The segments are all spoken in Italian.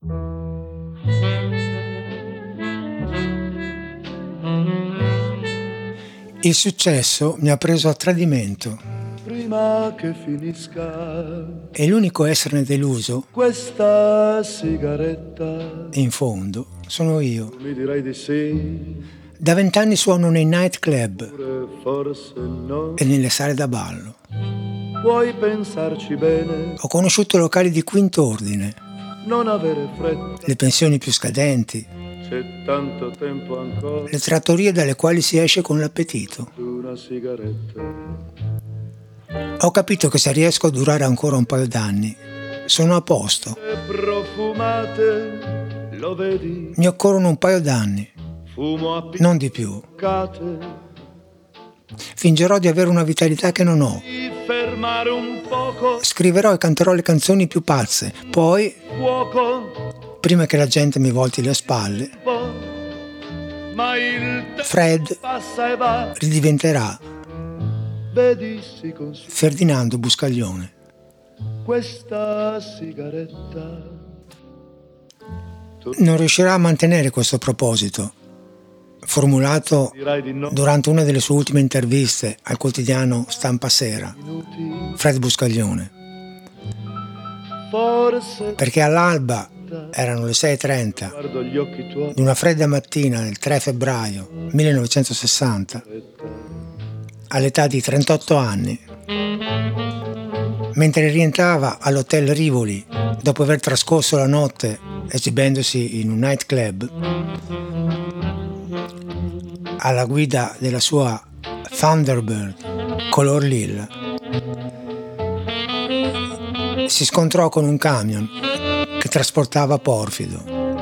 Il successo mi ha preso a tradimento. Prima che finisca E l'unico esserne deluso, questa sigaretta, in fondo, sono io. mi dirai di sì, Da 20 anni suono nei nightclub pure forse no. e nelle sale da ballo. Puoi pensarci bene, Ho conosciuto locali di quinto ordine, non avere fretta, le pensioni più scadenti, c'è tanto tempo ancora le trattorie dalle quali si esce con l'appetito. su una sigaretta. Ho capito che se riesco a durare ancora un paio d'anni, sono a posto. E profumate, lo vedi, Mi occorrono un paio d'anni, fumo a non di più. piccate, Fingerò di avere una vitalità che non ho. di fermare un poco, Scriverò e canterò le canzoni più pazze. Poi, fuoco, prima che la gente mi volti le spalle, ma il tempo Fred passa e va, ridiventerà vedi si consuma Ferdinando Buscaglione. questa sigaretta. Non riuscirà a mantenere questo proposito, formulato Dirai di no, durante una delle sue ultime interviste al quotidiano Stampa Sera, minuti, Fred Buscaglione, forse perché all'alba erano le 6:30 guardo gli occhi tuoi, di una fredda mattina del 3 febbraio 1960, all'età di 38 anni, mentre rientrava all'hotel Rivoli dopo aver trascorso la notte esibendosi in un nightclub alla guida della sua Thunderbird color lilla, si scontrò con un camion che trasportava porfido.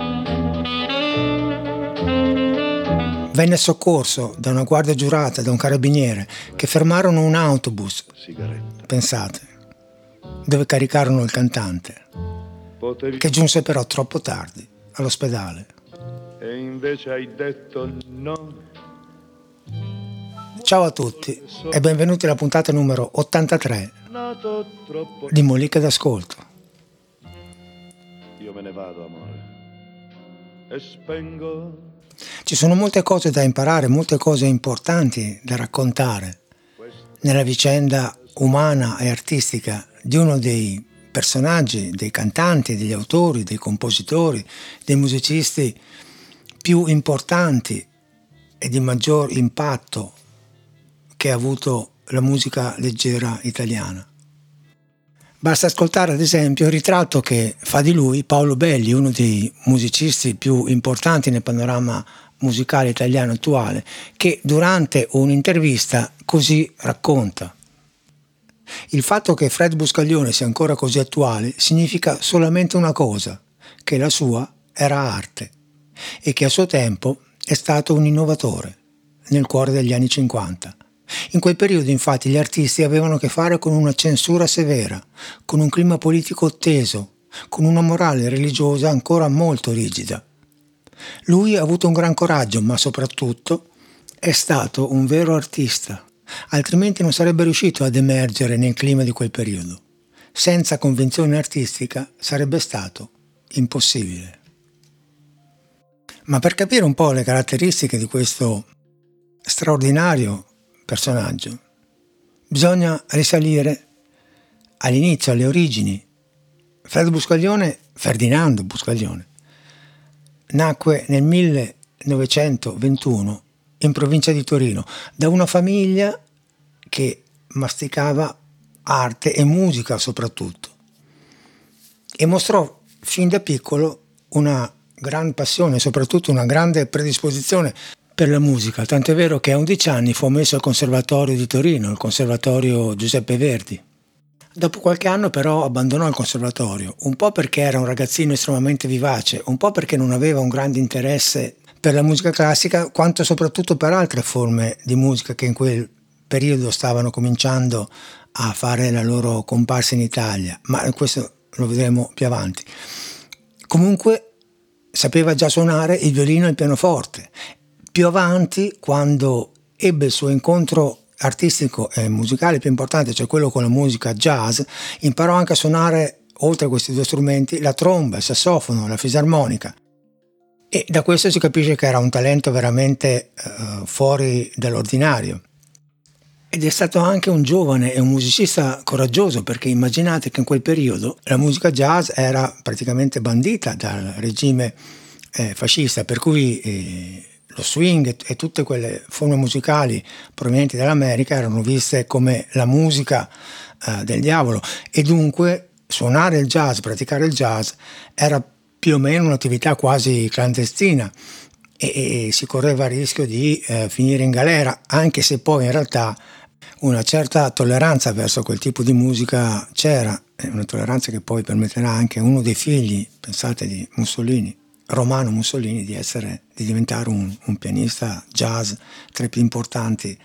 Venne soccorso da una guardia giurata e da un carabiniere che fermarono un autobus, sigaretta. pensate, dove caricarono il cantante, Potevi che giunse però troppo tardi all'ospedale. e invece hai detto no. Ciao a tutti e benvenuti alla puntata numero 83 Nato troppo. di Mollica d'Ascolto. Io me ne vado, amore, e spengo Ci sono molte cose da imparare, molte cose importanti da raccontare nella vicenda umana e artistica di uno dei personaggi, dei cantanti, degli autori, dei compositori, dei musicisti più importanti e di maggior impatto che ha avuto la musica leggera italiana. Basta ascoltare ad esempio il ritratto che fa di lui Paolo Belli, uno dei musicisti più importanti nel panorama musicale italiano attuale, che durante un'intervista così racconta. Il fatto che Fred Buscaglione sia ancora così attuale significa solamente una cosa, che la sua era arte e che a suo tempo è stato un innovatore nel cuore degli anni 50. In quel periodo infatti gli artisti avevano a che fare con una censura severa, con un clima politico teso, con una morale religiosa ancora molto rigida. Lui ha avuto un gran coraggio, ma soprattutto è stato un vero artista, altrimenti non sarebbe riuscito ad emergere nel clima di quel periodo. Senza convinzione artistica sarebbe stato impossibile. Ma per capire un po' le caratteristiche di questo straordinario personaggio, bisogna risalire all'inizio, alle origini. Ferdinando Buscaglione, nacque nel 1921 in provincia di Torino da una famiglia che masticava arte e musica soprattutto, e mostrò fin da piccolo una gran passione e soprattutto una grande predisposizione per la musica, tant'è vero che a 11 anni fu ammesso al Conservatorio di Torino, il Conservatorio Giuseppe Verdi. Dopo qualche anno però abbandonò il conservatorio, un po' perché era un ragazzino estremamente vivace, un po' perché non aveva un grande interesse per la musica classica, quanto soprattutto per altre forme di musica che in quel periodo stavano cominciando a fare la loro comparsa in Italia, ma questo lo vedremo più avanti. Comunque sapeva già suonare il violino e il pianoforte. Più avanti, quando ebbe il suo incontro artistico e musicale più importante, cioè quello con la musica jazz, imparò anche a suonare oltre a questi due strumenti, la tromba, il sassofono, la fisarmonica. E da questo si capisce che era un talento veramente fuori dall'ordinario. Ed è stato anche un giovane e un musicista coraggioso, perché immaginate che in quel periodo la musica jazz era praticamente bandita dal regime fascista, per cui lo swing e tutte quelle forme musicali provenienti dall'America erano viste come la musica del diavolo, e dunque suonare il jazz, praticare il jazz era più o meno un'attività quasi clandestina, e si correva il rischio di finire in galera, anche se poi in realtà una certa tolleranza verso quel tipo di musica c'era, una tolleranza che poi permetterà anche a uno dei figli, pensate, di Mussolini, Romano Mussolini, di diventare un pianista jazz tra i più importanti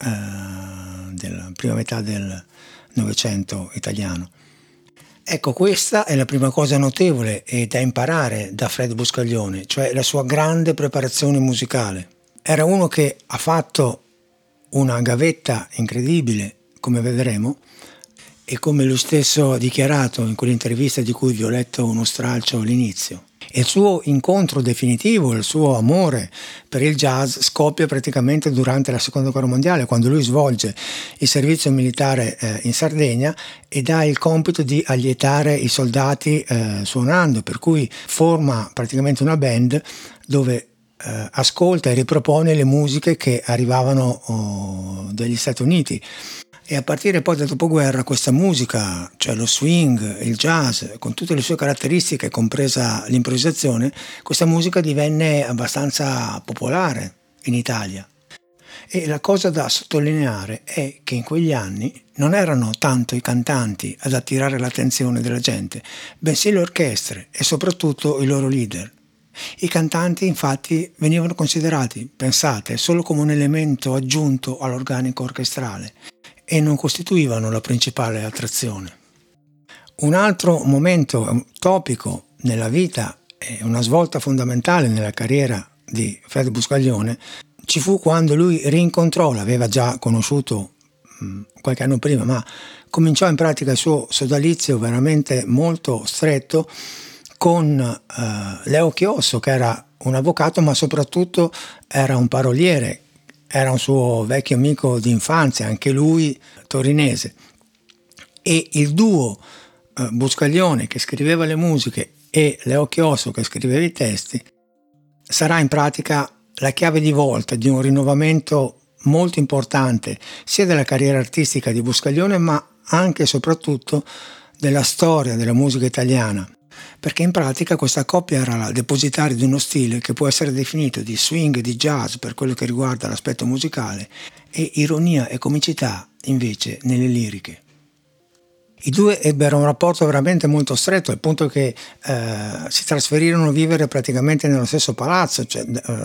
della prima metà del Novecento italiano. Ecco, questa è la prima cosa notevole e da imparare da Fred Buscaglione, cioè la sua grande preparazione musicale. Era uno che ha fatto una gavetta incredibile, come vedremo, e come lui stesso ha dichiarato in quell'intervista di cui vi ho letto uno stralcio all'inizio. Il suo incontro definitivo, il suo amore per il jazz scoppia praticamente durante la Seconda Guerra Mondiale, quando lui svolge il servizio militare in Sardegna e dà il compito di allietare i soldati suonando, per cui forma praticamente una band dove ascolta e ripropone le musiche che arrivavano dagli Stati Uniti. E a partire poi dal dopoguerra questa musica, cioè lo swing, il jazz, con tutte le sue caratteristiche, compresa l'improvvisazione, questa musica divenne abbastanza popolare in Italia. E la cosa da sottolineare è che in quegli anni non erano tanto i cantanti ad attirare l'attenzione della gente, bensì le orchestre e soprattutto i loro leader. I cantanti infatti venivano considerati, pensate, solo come un elemento aggiunto all'organico orchestrale e non costituivano la principale attrazione. Un altro momento topico nella vita e una svolta fondamentale nella carriera di Fred Buscaglione ci fu quando lui rincontrò, l'aveva già conosciuto qualche anno prima, ma cominciò in pratica il suo sodalizio veramente molto stretto con Leo Chiosso, che era un avvocato ma soprattutto era un paroliere, era un suo vecchio amico di infanzia, anche lui torinese, e il duo Buscaglione che scriveva le musiche e Leo Chiosso che scriveva i testi sarà in pratica la chiave di volta di un rinnovamento molto importante sia della carriera artistica di Buscaglione ma anche e soprattutto della storia della musica italiana, perché in pratica questa coppia era la depositaria di uno stile che può essere definito di swing e di jazz per quello che riguarda l'aspetto musicale e ironia e comicità invece nelle liriche. I due ebbero un rapporto veramente molto stretto, al punto che si trasferirono a vivere praticamente nello stesso palazzo, cioè,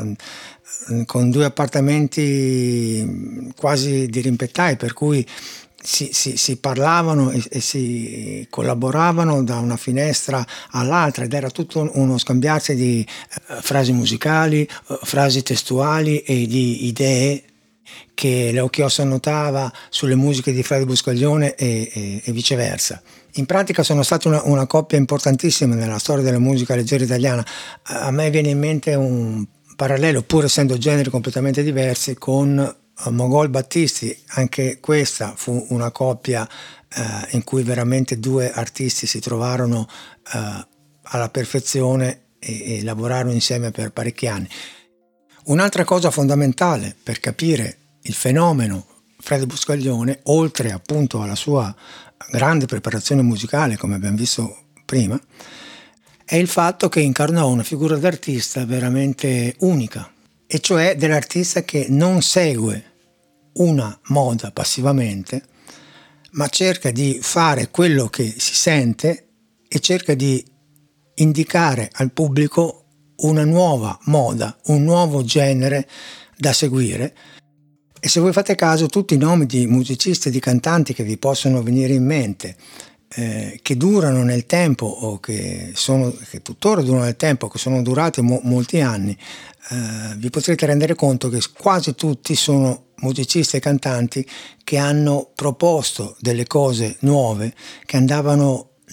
con due appartamenti quasi dirimpettai, per cui si parlavano e si collaboravano da una finestra all'altra, ed era tutto uno scambiarsi di frasi musicali, frasi testuali e di idee che Leo Chiosso annotava sulle musiche di Fred Buscaglione e viceversa. In pratica sono stati una coppia importantissima nella storia della musica leggera italiana. A me viene in mente un parallelo, pur essendo generi completamente diversi, con Mogol Battisti. Anche questa fu una coppia in cui veramente due artisti si trovarono alla perfezione e lavorarono insieme per parecchi anni. Un'altra cosa fondamentale per capire il fenomeno Fred Buscaglione, oltre appunto alla sua grande preparazione musicale, come abbiamo visto prima, è il fatto che incarnò una figura d'artista veramente unica, e cioè dell'artista che non segue una moda passivamente, ma cerca di fare quello che si sente e cerca di indicare al pubblico una nuova moda, un nuovo genere da seguire. E se voi fate caso, tutti i nomi di musicisti e di cantanti che vi possono venire in mente, che durano nel tempo o che tuttora durano nel tempo, che sono durati molti anni, vi potrete rendere conto che quasi tutti sono musicisti e cantanti che hanno proposto delle cose nuove, che andavano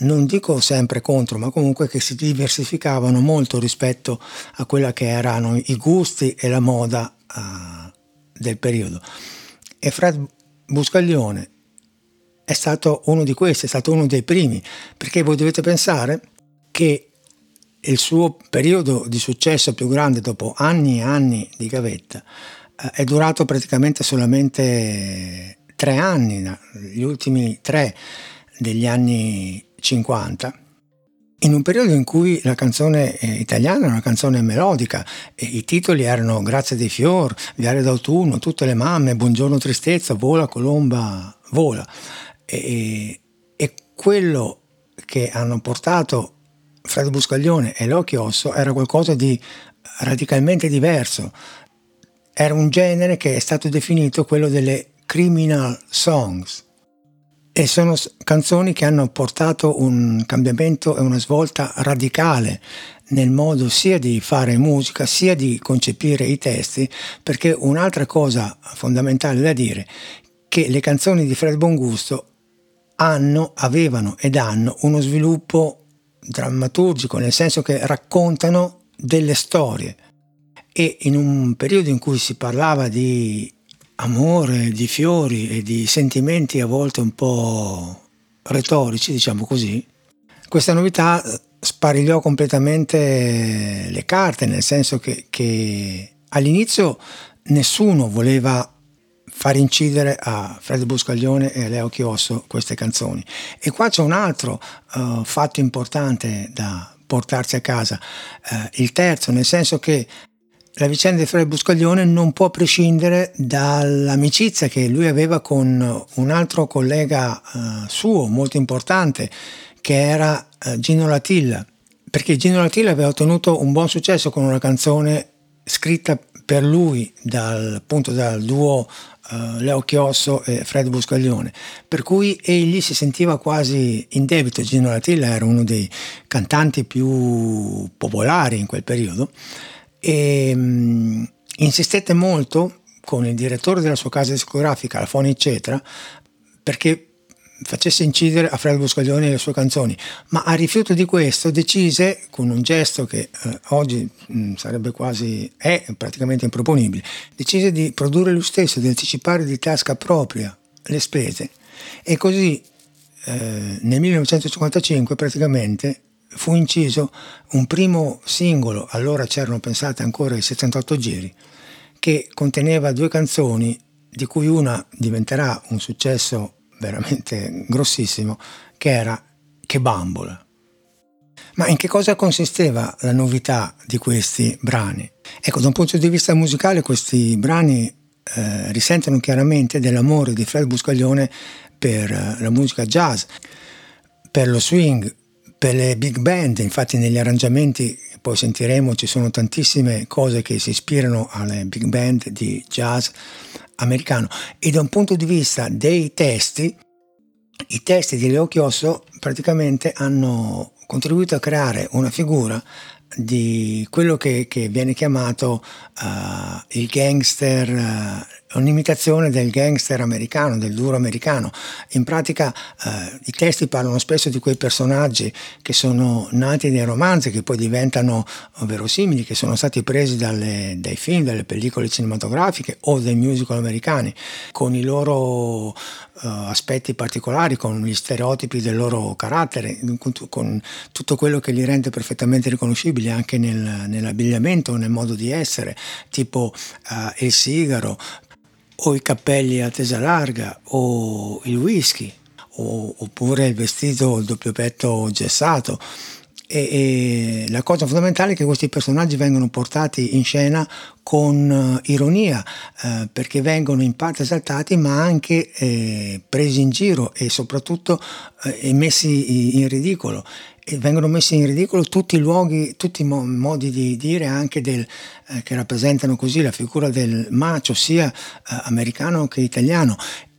non dico sempre contro, ma comunque che si diversificavano molto rispetto a quella che erano i gusti e la moda del periodo. E Fred Buscaglione è stato uno di questi, è stato uno dei primi, perché voi dovete pensare che il suo periodo di successo più grande dopo anni e anni di gavetta è durato praticamente solamente 3 anni, gli ultimi 3 degli anni 50, in un periodo in cui la canzone italiana era una canzone melodica e i titoli erano Grazia dei fior, Viale d'autunno, Tutte le mamme, Buongiorno tristezza, Vola colomba, vola. E quello che hanno portato Fred Buscaglione e Leo Chiosso era qualcosa di radicalmente diverso. Era un genere che è stato definito quello delle criminal songs, e sono canzoni che hanno portato un cambiamento e una svolta radicale nel modo sia di fare musica sia di concepire i testi, perché un'altra cosa fondamentale da dire è che le canzoni di Fred Bongusto avevano ed hanno uno sviluppo drammaturgico, nel senso che raccontano delle storie, e in un periodo in cui si parlava di amore, di fiori e di sentimenti a volte un po' retorici, diciamo così, questa novità sparigliò completamente le carte, nel senso che all'inizio nessuno voleva far incidere a Fred Buscaglione e a Leo Chiosso queste canzoni. E qua c'è un altro fatto importante da portarsi a casa, il terzo, nel senso che la vicenda di Fred Buscaglione non può prescindere dall'amicizia che lui aveva con un altro collega suo molto importante, che era Gino Latilla, perché Gino Latilla aveva ottenuto un buon successo con una canzone scritta per lui dal duo Leo Chiosso e Fred Buscaglione, per cui egli si sentiva quasi in debito. Gino Latilla era uno dei cantanti più popolari in quel periodo, e insistette molto con il direttore della sua casa discografica, la Foni Cetra, perché facesse incidere a Fred Buscaglione le sue canzoni, ma a rifiuto di questo decise, con un gesto che oggi è praticamente improponibile, decise di produrre lui stesso, di anticipare di tasca propria le spese, e così nel 1955 praticamente fu inciso un primo singolo, allora c'erano pensate ancora i 78 giri, che conteneva 2 canzoni, di cui una diventerà un successo veramente grossissimo, che era Che bambola. Ma in che cosa consisteva la novità di questi brani? Ecco, da un punto di vista musicale questi brani risentono chiaramente dell'amore di Fred Buscaglione per la musica jazz, per lo swing, per le big band. Infatti negli arrangiamenti, poi sentiremo, ci sono tantissime cose che si ispirano alle big band di jazz americano. E da un punto di vista dei testi, i testi di Leo Chiosso praticamente hanno contribuito a creare una figura di quello che viene chiamato il gangster, un'imitazione del gangster americano, del duro americano. In pratica i testi parlano spesso di quei personaggi che sono nati nei romanzi, che poi diventano verosimili, che sono stati presi dai film, dalle pellicole cinematografiche o dai musical americani, con i loro aspetti particolari, con gli stereotipi del loro carattere, con tutto quello che li rende perfettamente riconoscibili anche nell'abbigliamento, nel modo di essere, tipo il sigaro o i capelli a tesa larga o il whisky oppure il vestito il doppio petto gessato. E la cosa fondamentale è che questi personaggi vengono portati in scena con ironia, perché vengono in parte esaltati ma anche presi in giro e soprattutto messi in ridicolo. E vengono messi in ridicolo tutti i luoghi, tutti i modi di dire anche che rappresentano così la figura del macho, sia americano che italiano.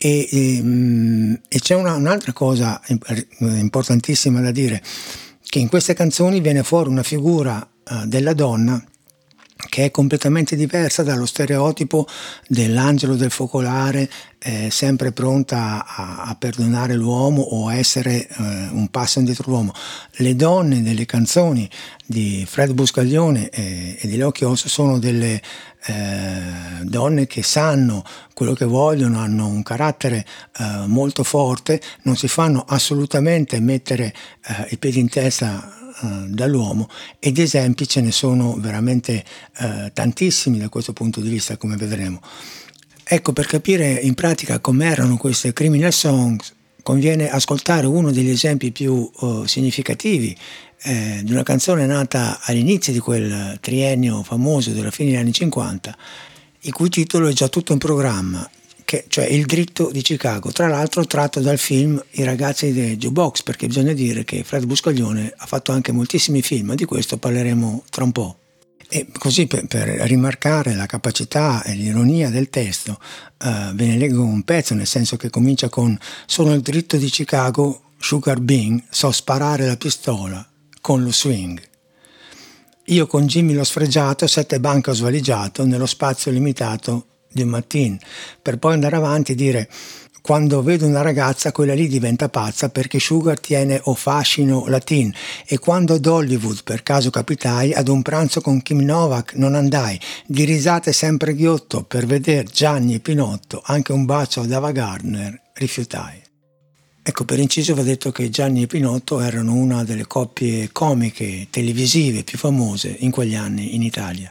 E c'è un'altra cosa importantissima da dire, che in queste canzoni viene fuori una figura della donna che è completamente diversa dallo stereotipo dell'angelo del focolare sempre pronta a perdonare l'uomo o a essere un passo indietro l'uomo. Le donne delle canzoni di Fred Buscaglione e di Leo Chiosso sono delle donne che sanno quello che vogliono, hanno un carattere molto forte, non si fanno assolutamente mettere i piedi in testa dall'uomo, ed esempi ce ne sono veramente tantissimi da questo punto di vista, come vedremo. Ecco, per capire in pratica com'erano queste criminal songs conviene ascoltare uno degli esempi più significativi di una canzone nata all'inizio di quel triennio famoso della fine degli anni 50, il cui titolo è già tutto in programma, cioè Il dritto di Chicago, tra l'altro tratto dal film I ragazzi del jukebox, perché bisogna dire che Fred Buscaglione ha fatto anche moltissimi film, ma di questo parleremo tra un po'. E così per rimarcare la capacità e l'ironia del testo ve ne leggo un pezzo, nel senso che comincia con: sono il dritto di Chicago, Sugar Bean, so sparare la pistola con lo swing. Io con Jimmy l'ho sfregiato, 7 banche ho svaligiato nello spazio limitato di un mattin, per poi andare avanti e dire: quando vedo una ragazza quella lì diventa pazza perché Sugar tiene o fascino latin, e quando ad Hollywood per caso capitai ad un pranzo con Kim Novak non andai, di risate sempre ghiotto per veder Gianni e Pinotto, anche un bacio ad Ava Gardner rifiutai. Ecco, per inciso va detto che Gianni e Pinotto erano una delle coppie comiche televisive più famose in quegli anni in Italia.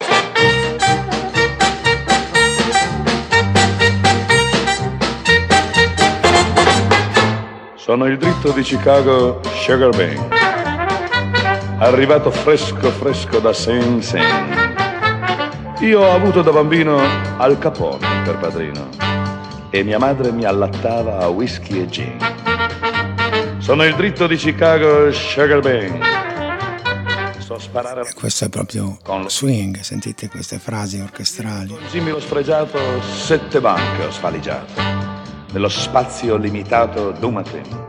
Sono il dritto di Chicago, Sugar Bean, arrivato fresco fresco da Sing Sing. Io ho avuto da bambino Al Capone per padrino e mia madre mi allattava a whisky e gin. Sono il dritto di Chicago, Sugar Bean. So sparare. Questo è proprio con lo swing, sentite queste frasi orchestrali. Con Jimmy l'ho sfregiato, 7 banche ho svaligiato nello spazio limitato d'un mattino.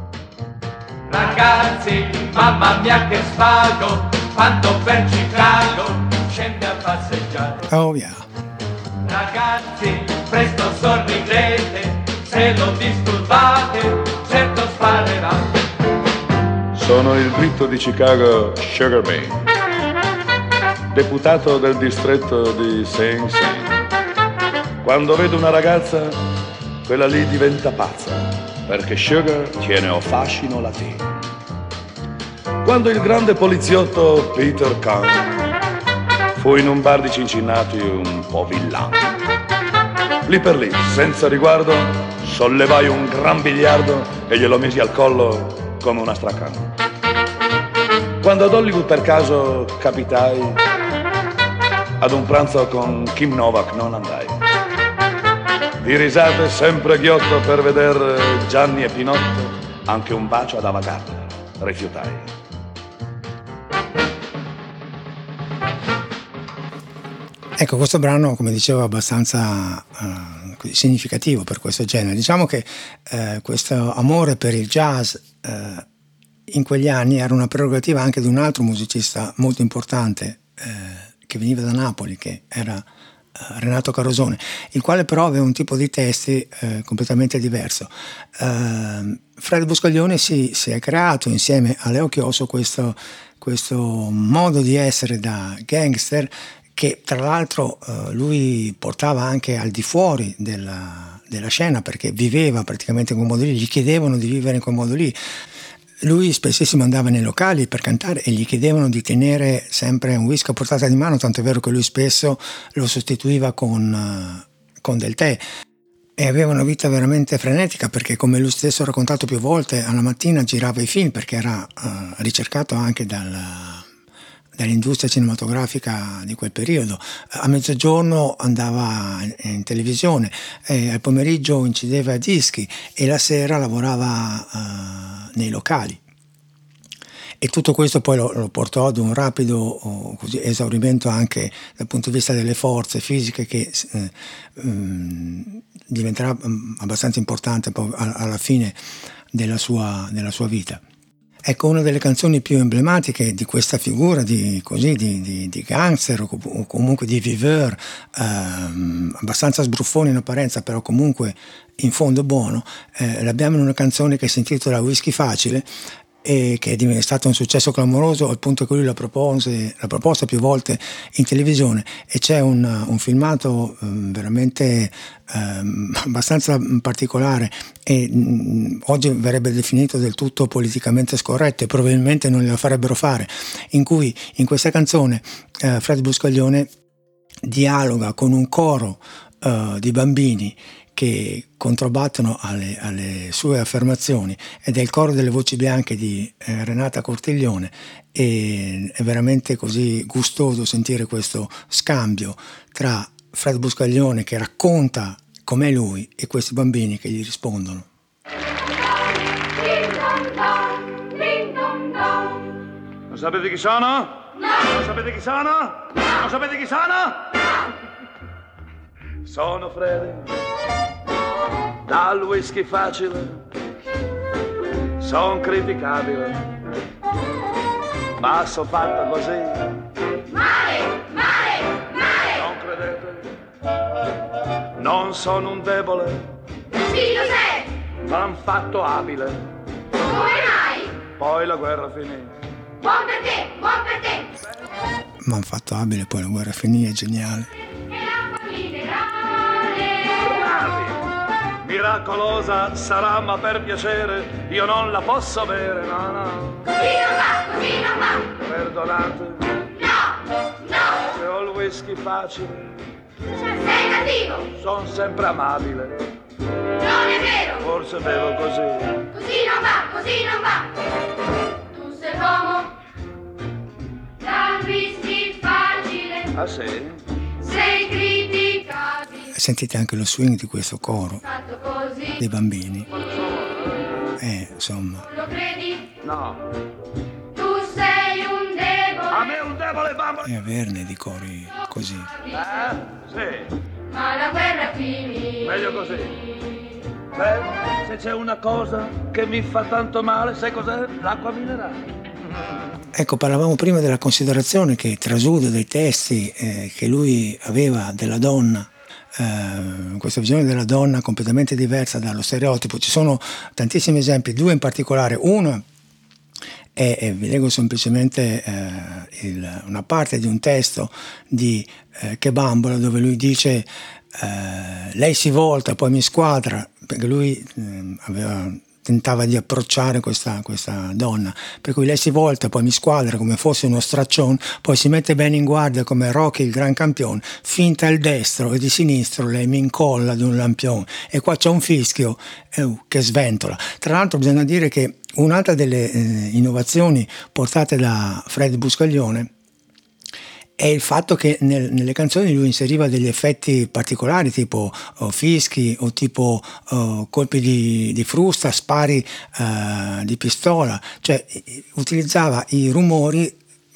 Ragazzi, mamma mia che svago, quando per Chicago scende a passeggiare. Oh yeah. Ragazzi, presto sorridete, se lo disturbate, certo sparerà. Sono il dritto di Chicago, Sugar Bean, deputato del distretto di Sing Sing. Quando vedo una ragazza, quella lì diventa pazza, perché Sugar tiene o fascino latino. Quando il grande poliziotto Peter Kahn fu in un bar di Cincinnati un po' villano, lì per lì, senza riguardo, sollevai un gran biliardo e glielo misi al collo come una stracan. Quando ad Hollywood per caso capitai, ad un pranzo con Kim Novak non andai. Di risate sempre ghiotto per veder Gianni e Pinotto, anche un bacio ad Ava Gardner rifiutai. Ecco, questo brano, come dicevo, è abbastanza significativo per questo genere. Diciamo che questo amore per il jazz in quegli anni era una prerogativa anche di un altro musicista molto importante che veniva da Napoli, che era Renato Carosone, il quale però aveva un tipo di testi completamente diverso. Fred Buscaglione si è creato insieme a Leo Chiosso questo modo di essere da gangster, che tra l'altro lui portava anche al di fuori della scena, perché viveva praticamente in quel modo lì, gli chiedevano di vivere in quel modo lì. Lui spessissimo andava nei locali per cantare e gli chiedevano di tenere sempre un whisky a portata di mano, tanto è vero che lui spesso lo sostituiva con del tè. E aveva una vita veramente frenetica, perché, come lui stesso ha raccontato più volte, alla mattina girava i film, perché era ricercato anche dall'industria cinematografica di quel periodo. A mezzogiorno andava in televisione, al pomeriggio incideva dischi e la sera lavorava nei locali. E tutto questo poi lo portò ad un rapido esaurimento anche dal punto di vista delle forze fisiche, che diventerà abbastanza importante poi alla fine della sua vita. Ecco, una delle canzoni più emblematiche di questa figura di gangster o comunque di viveur, abbastanza sbruffone in apparenza, però comunque in fondo buono, l'abbiamo in una canzone che si intitola Whisky Facile, e che è stato un successo clamoroso al punto che lui l'ha proposta più volte in televisione, e c'è un filmato veramente abbastanza particolare e oggi verrebbe definito del tutto politicamente scorretto e probabilmente non glielo farebbero fare, in cui in questa canzone Fred Buscaglione dialoga con un coro di bambini che controbattono alle sue affermazioni, ed è il coro delle voci bianche di Renata Cortiglione, e è veramente così gustoso sentire questo scambio tra Fred Buscaglione che racconta com'è lui e questi bambini che gli rispondono. Non sapete chi sono? No! Non sapete chi sono? No! Non sapete chi sono? No! Sono Freddy, dal whisky facile, son criticabile, ma so fatta così. Male, male, male! Non credete, non sono un debole. Sì, lo sei! M'han fatto abile. Come mai? Poi la guerra finì. Buon per te, buon per te! M'han fatto abile, poi la guerra finì, è geniale. Miracolosa sarà, ma per piacere io non la posso bere, no, no. Così non va, così non va. Perdonate. No, no. Se ho il whisky facile. Sei cattivo. Son sempre amabile. Non è vero. Forse bevo così. Così non va, così non va. Tu sei l'uomo dal whisky facile. Ah sì? Sei criticabile. Sentite anche lo swing di questo coro dei bambini. Insomma. Non lo credi? No. Tu sei un debole. A me un debole bambino. E averne di cori così. Sì. Ma la guerra finì. Meglio così. Beh, se c'è una cosa che mi fa tanto male, sai cos'è? L'acqua minerale. Ecco, parlavamo prima della considerazione che trasuda dai testi che lui aveva della donna, questa visione della donna completamente diversa dallo stereotipo. Ci sono tantissimi esempi, due in particolare. Uno è, vi leggo semplicemente una parte di un testo di Che Bambola, dove lui dice lei si volta, poi mi squadra, perché lui tentava di approcciare questa donna, per cui lei si volta, poi mi squadra come fosse uno straccione, poi si mette bene in guardia come Rocky il gran campione, finta il destro e di sinistro lei mi incolla ad un lampione, e qua c'è un fischio che sventola. Tra l'altro bisogna dire che un'altra delle innovazioni portate da Fred Buscaglione è il fatto che nelle canzoni lui inseriva degli effetti particolari, tipo fischi o tipo colpi di frusta, spari di pistola, cioè utilizzava i rumori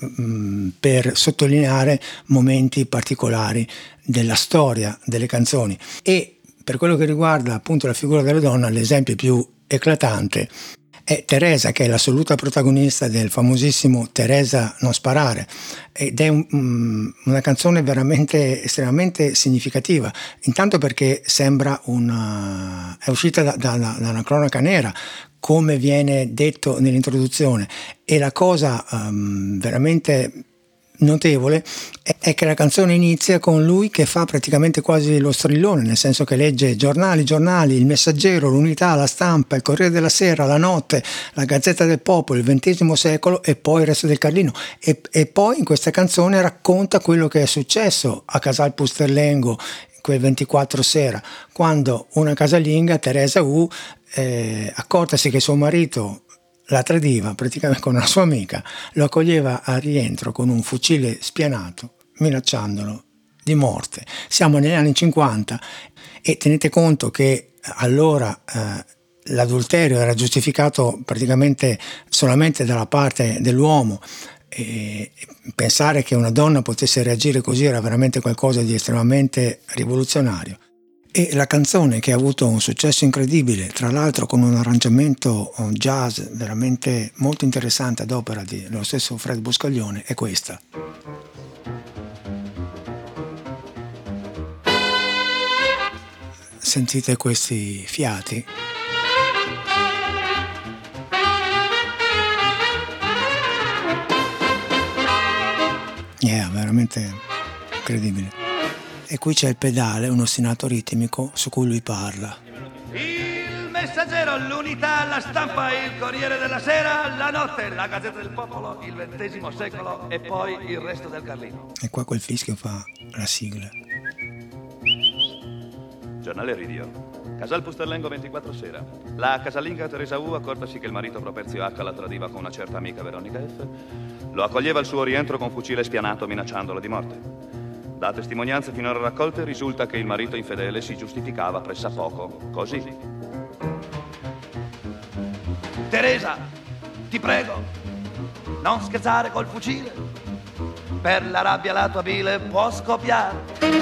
per sottolineare momenti particolari della storia delle canzoni. E per quello che riguarda appunto la figura della donna, l'esempio più eclatante è Teresa, che è l'assoluta protagonista del famosissimo Teresa non sparare, ed è una canzone veramente estremamente significativa, intanto perché sembra è uscita da una cronaca nera, come viene detto nell'introduzione, e la cosa veramente notevole è che la canzone inizia con lui che fa praticamente quasi lo strillone, nel senso che legge giornali, Il Messaggero, l'Unità, la Stampa, il Corriere della Sera, la Notte, la Gazzetta del Popolo, il XX secolo e poi il Resto del Carlino, e poi in questa canzone racconta quello che è successo a Casal Pusterlengo quel 24 sera, quando una casalinga, Teresa U, accortasi che suo marito la tradiva praticamente con una sua amica, lo accoglieva a rientro con un fucile spianato, minacciandolo di morte. Siamo negli anni 50 e tenete conto che allora l'adulterio era giustificato praticamente solamente dalla parte dell'uomo, e pensare che una donna potesse reagire così era veramente qualcosa di estremamente rivoluzionario. E la canzone che ha avuto un successo incredibile, tra l'altro con un arrangiamento jazz veramente molto interessante ad opera dello stesso Fred Buscaglione, è questa. Sentite questi fiati? Veramente incredibile. E qui c'è il pedale, un ostinato ritmico su cui lui parla. Il Messaggero, l'Unità, la Stampa, il Corriere della Sera, la Notte, la Gazzetta del Popolo, il XX secolo e poi il resto del Carlino. E qua quel fischio fa la sigla. Giornale Ridio. Casal Pusterlengo 24 sera. La casalinga Teresa U, accortasi che il marito Properzio H la tradiva con una certa amica Veronica F, lo accoglieva al suo rientro con fucile spianato minacciandolo di morte. Da testimonianze finora raccolte risulta che il marito infedele si giustificava pressappoco così. Teresa, ti prego, non scherzare col fucile. Per la rabbia la tua bile può scoppiare.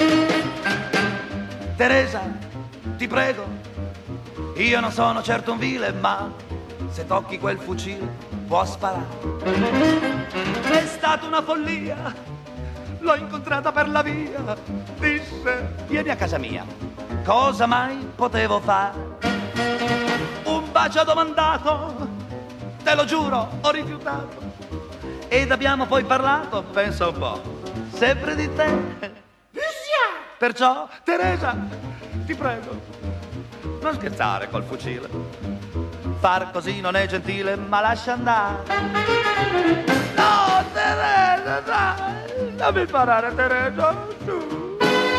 Teresa, ti prego, io non sono certo un vile, ma se tocchi quel fucile può sparare. È stata una follia, l'ho incontrata per la via, disse vieni a casa mia. Cosa mai potevo fare? Un bacio ha domandato, te lo giuro, ho rifiutato. Ed abbiamo poi parlato, pensa un po', sempre di te. Perciò, Teresa, ti prego, non scherzare col fucile. Far così non è gentile, ma lascia andare. No, Teresa, dai, dammi parare, Teresa, tu.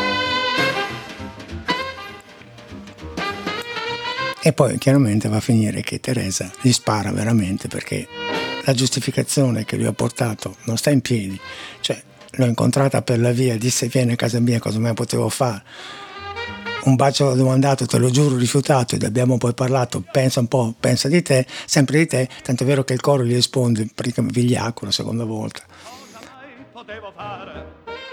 E poi chiaramente va a finire che Teresa gli spara veramente, perché la giustificazione che lui ha portato non sta in piedi. Cioè, l'ho incontrata per la via, disse vieni a casa mia, cosa mai potevo fare? Un bacio domandato, te lo giuro, rifiutato, ed abbiamo poi parlato, pensa un po', pensa di te, sempre di te, tanto è vero che il coro gli risponde praticamente vigliacco la seconda volta. Cosa mai potevo fare?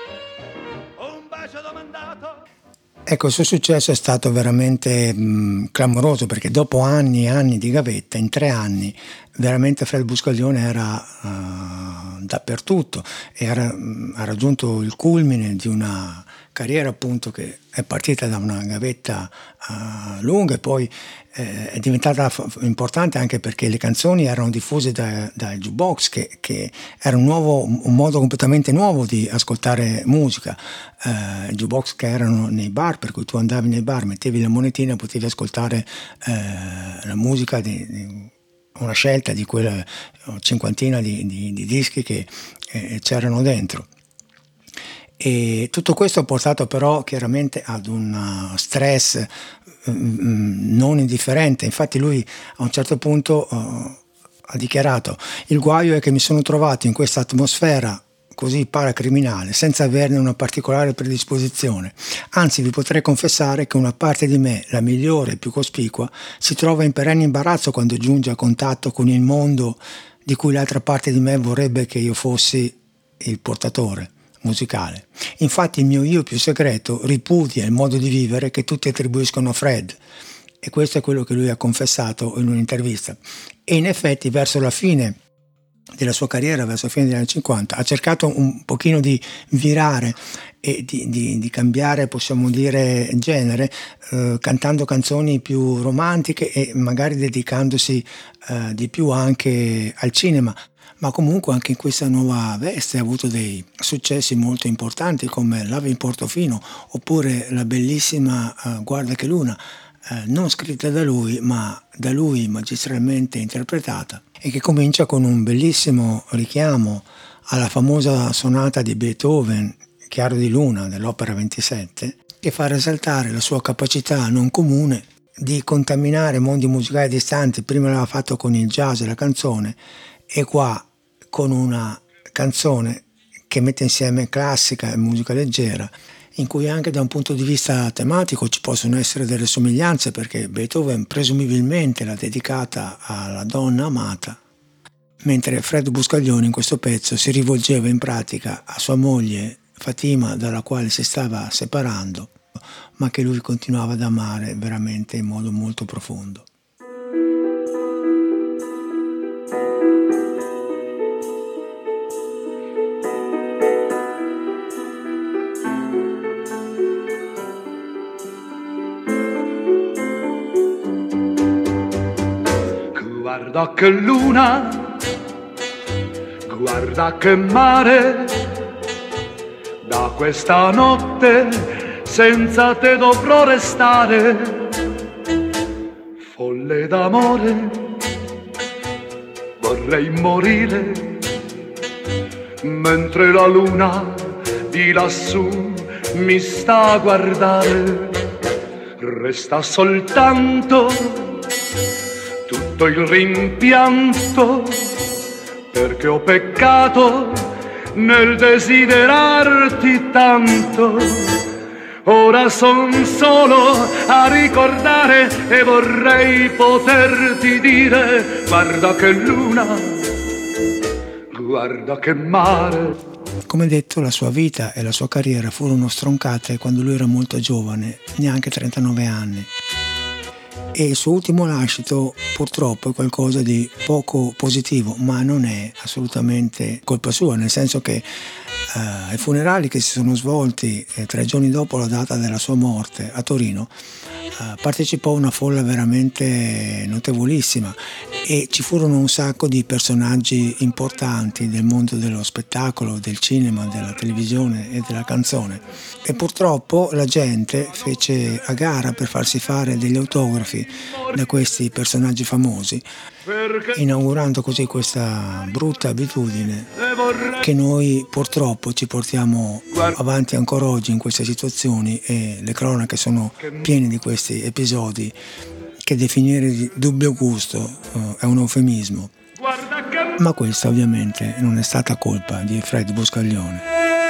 Un bacio domandato. Ecco, il suo successo è stato veramente clamoroso, perché dopo anni e anni di gavetta, in 3 anni, veramente Fred Buscaglione era dappertutto, ha raggiunto il culmine di una carriera appunto che è partita da una gavetta lunga e poi è diventata importante anche perché le canzoni erano diffuse dal jukebox che era un modo completamente nuovo di ascoltare musica. I jukebox che erano nei bar, per cui tu andavi nei bar, mettevi la monetina e potevi ascoltare la musica di una scelta di quella cinquantina di dischi che c'erano dentro. E tutto questo ha portato però chiaramente ad un stress non indifferente. Infatti lui a un certo punto ha dichiarato: il guaio è che mi sono trovato in questa atmosfera così paracriminale senza averne una particolare predisposizione, anzi vi potrei confessare che una parte di me, la migliore e più cospicua, si trova in perenne imbarazzo quando giunge a contatto con il mondo di cui l'altra parte di me vorrebbe che io fossi il portatore musicale. Infatti il mio io più segreto ripudia il modo di vivere che tutti attribuiscono a Fred, e questo è quello che lui ha confessato in un'intervista. E in effetti verso la fine della sua carriera, verso la fine degli anni 50, ha cercato un pochino di virare e di cambiare, possiamo dire, genere, cantando canzoni più romantiche e magari dedicandosi di più anche al cinema. Ma comunque anche in questa nuova veste ha avuto dei successi molto importanti come Love in Portofino oppure la bellissima Guarda che luna, non scritta da lui ma da lui magistralmente interpretata, e che comincia con un bellissimo richiamo alla famosa sonata di Beethoven, Chiaro di luna, dell'opera 27, che fa risaltare la sua capacità non comune di contaminare mondi musicali distanti. Prima l'aveva fatto con il jazz e la canzone, e qua con una canzone che mette insieme classica e musica leggera, in cui anche da un punto di vista tematico ci possono essere delle somiglianze, perché Beethoven presumibilmente l'ha dedicata alla donna amata, mentre Fred Buscaglione in questo pezzo si rivolgeva in pratica a sua moglie Fatima, dalla quale si stava separando, ma che lui continuava ad amare veramente in modo molto profondo. Guarda che luna, guarda che mare, da questa notte senza te dovrò restare. Folle d'amore, vorrei morire, mentre la luna di lassù mi sta a guardare. Resta soltanto tutto il rimpianto, perché ho peccato nel desiderarti tanto. Ora son solo a ricordare e vorrei poterti dire: guarda che luna, guarda che mare. Come detto, la sua vita e la sua carriera furono stroncate quando lui era molto giovane, neanche 39 anni. E il suo ultimo lascito purtroppo è qualcosa di poco positivo, ma non è assolutamente colpa sua, nel senso che ai funerali che si sono svolti 3 giorni dopo la data della sua morte a Torino partecipò una folla veramente notevolissima e ci furono un sacco di personaggi importanti del mondo dello spettacolo, del cinema, della televisione e della canzone. E purtroppo la gente fece a gara per farsi fare degli autografi da questi personaggi famosi, inaugurando così questa brutta abitudine che noi purtroppo ci portiamo avanti ancora oggi in queste situazioni, e le cronache sono piene di questi episodi che definire di dubbio gusto è un eufemismo. Ma questa ovviamente non è stata colpa di Fred Buscaglione.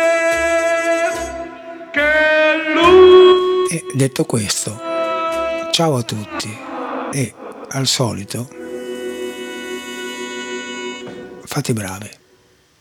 E detto questo, ciao a tutti e al solito fate bravi.